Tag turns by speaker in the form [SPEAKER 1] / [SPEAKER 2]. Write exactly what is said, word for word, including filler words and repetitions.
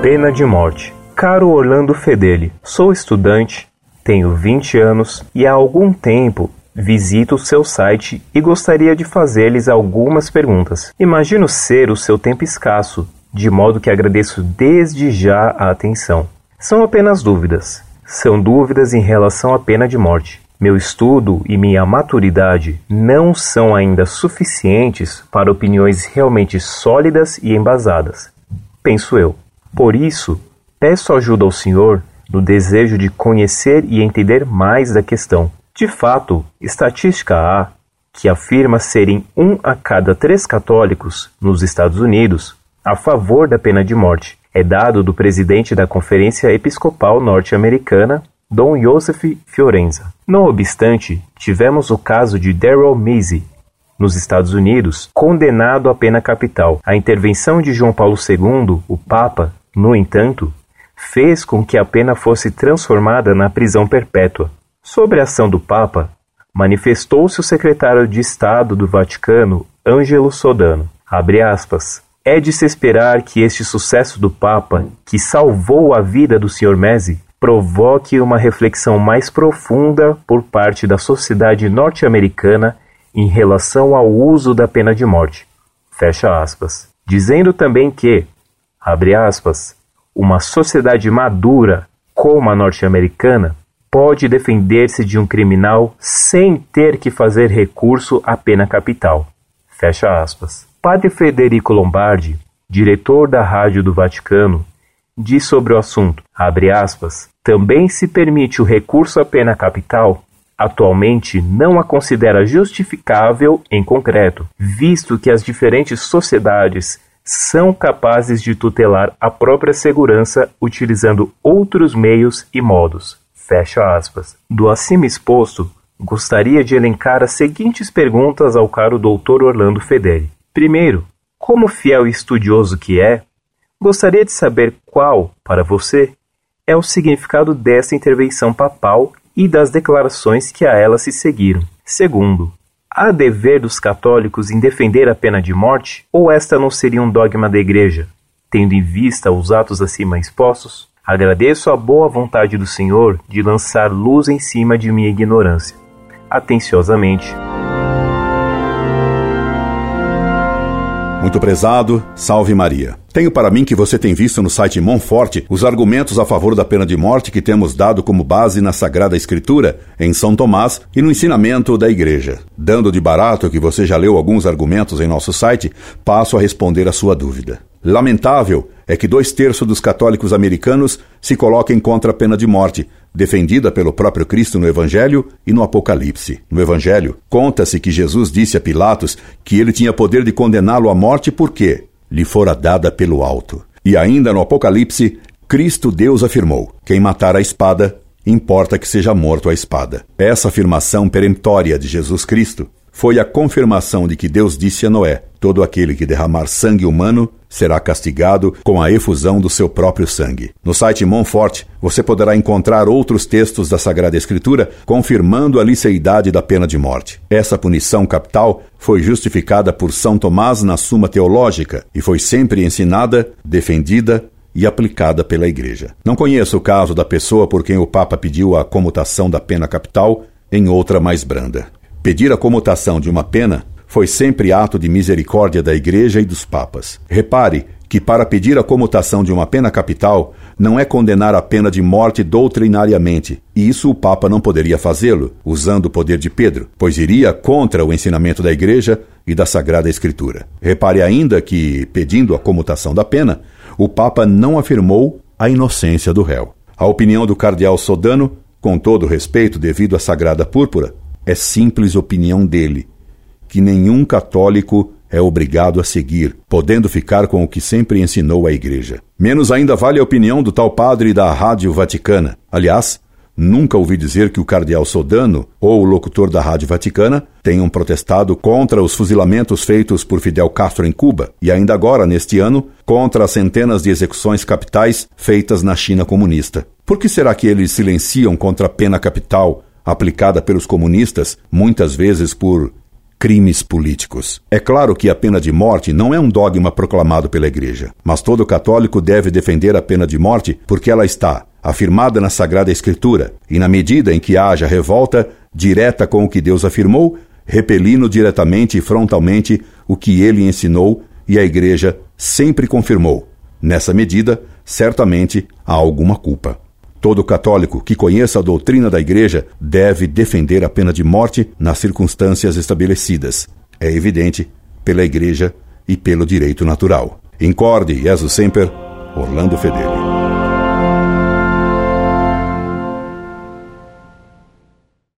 [SPEAKER 1] Pena de morte. Caro Orlando Fedeli, sou estudante, tenho vinte anos e há algum tempo visito o seu site e gostaria de fazer-lhes algumas perguntas. Imagino ser o seu tempo escasso, de modo que agradeço desde já a atenção. São apenas dúvidas. São dúvidas em relação à pena de morte. Meu estudo e minha maturidade não são ainda suficientes para opiniões realmente sólidas e embasadas, penso eu. Por isso, peço ajuda ao senhor no desejo de conhecer e entender mais da questão. De fato, estatística há que afirma serem um a cada três católicos nos Estados Unidos a favor da pena de morte. É dado do presidente da Conferência Episcopal Norte-Americana, Dom Joseph Fiorenza. Não obstante, tivemos o caso de Darrell Mazie, nos Estados Unidos, condenado à pena capital. A intervenção de João Paulo segundo, o Papa, no entanto, fez com que a pena fosse transformada na prisão perpétua. Sobre a ação do Papa, manifestou-se o secretário de Estado do Vaticano, Angelo Sodano. Abre aspas. É de se esperar que este sucesso do Papa, que salvou a vida do senhor Mazie, provoque uma reflexão mais profunda por parte da sociedade norte-americana em relação ao uso da pena de morte. Fecha aspas. Dizendo também que, abre aspas, uma sociedade madura como a norte-americana pode defender-se de um criminal sem ter que fazer recurso à pena capital. Fecha aspas. Padre Federico Lombardi, diretor da Rádio do Vaticano, diz sobre o assunto, abre aspas, também se permite o recurso à pena capital, atualmente não a considera justificável em concreto, visto que as diferentes sociedades são capazes de tutelar a própria segurança utilizando outros meios e modos. Fecha aspas. Do acima exposto, gostaria de elencar as seguintes perguntas ao caro doutor Orlando Fedeli. Primeiro, como fiel e estudioso que é, gostaria de saber qual, para você, é o significado dessa intervenção papal e das declarações que a ela se seguiram. Segundo, há dever dos católicos em defender a pena de morte, ou esta não seria um dogma da Igreja, tendo em vista os atos acima expostos? Agradeço a boa vontade do Senhor de lançar luz em cima de minha ignorância. Atenciosamente.
[SPEAKER 2] Muito prezado, salve Maria. Tenho para mim que você tem visto no site Monforte os argumentos a favor da pena de morte que temos dado como base na Sagrada Escritura, em São Tomás e no ensinamento da Igreja. Dando de barato que você já leu alguns argumentos em nosso site, passo a responder a sua dúvida. Lamentável é que dois terços dos católicos americanos se coloquem contra a pena de morte, defendida pelo próprio Cristo no Evangelho e no Apocalipse. No Evangelho, conta-se que Jesus disse a Pilatos que ele tinha poder de condená-lo à morte porque lhe fora dada pelo alto. E ainda no Apocalipse, Cristo Deus afirmou, quem matar a espada, importa que seja morto a espada. Essa afirmação peremptória de Jesus Cristo foi a confirmação de que Deus disse a Noé, todo aquele que derramar sangue humano será castigado com a efusão do seu próprio sangue. No site Monforte, você poderá encontrar outros textos da Sagrada Escritura confirmando a liceidade da pena de morte. Essa punição capital foi justificada por São Tomás na Suma Teológica e foi sempre ensinada, defendida e aplicada pela Igreja. Não conheço o caso da pessoa por quem o Papa pediu a comutação da pena capital em outra mais branda. Pedir a comutação de uma pena foi sempre ato de misericórdia da Igreja e dos papas. Repare que para pedir a comutação de uma pena capital não é condenar a pena de morte doutrinariamente, e isso o Papa não poderia fazê-lo, usando o poder de Pedro, pois iria contra o ensinamento da Igreja e da Sagrada Escritura. Repare ainda que, pedindo a comutação da pena, o Papa não afirmou a inocência do réu. A opinião do cardeal Sodano, com todo respeito devido à Sagrada Púrpura, é simples opinião dele, que nenhum católico é obrigado a seguir, podendo ficar com o que sempre ensinou a Igreja. Menos ainda vale a opinião do tal padre da Rádio Vaticana. Aliás, nunca ouvi dizer que o cardeal Sodano ou o locutor da Rádio Vaticana tenham protestado contra os fuzilamentos feitos por Fidel Castro em Cuba e ainda agora, neste ano, contra as centenas de execuções capitais feitas na China comunista. Por que será que eles silenciam contra a pena capital aplicada pelos comunistas, muitas vezes por crimes políticos. É claro que a pena de morte não é um dogma proclamado pela Igreja, mas todo católico deve defender a pena de morte porque ela está afirmada na Sagrada Escritura, e na medida em que haja revolta direta com o que Deus afirmou, repelindo diretamente e frontalmente o que ele ensinou e a Igreja sempre confirmou. Nessa medida, certamente há alguma culpa. Todo católico que conheça a doutrina da Igreja deve defender a pena de morte nas circunstâncias estabelecidas. É evidente, pela Igreja e pelo direito natural. Incorde Jesus Semper, Orlando Fedeli.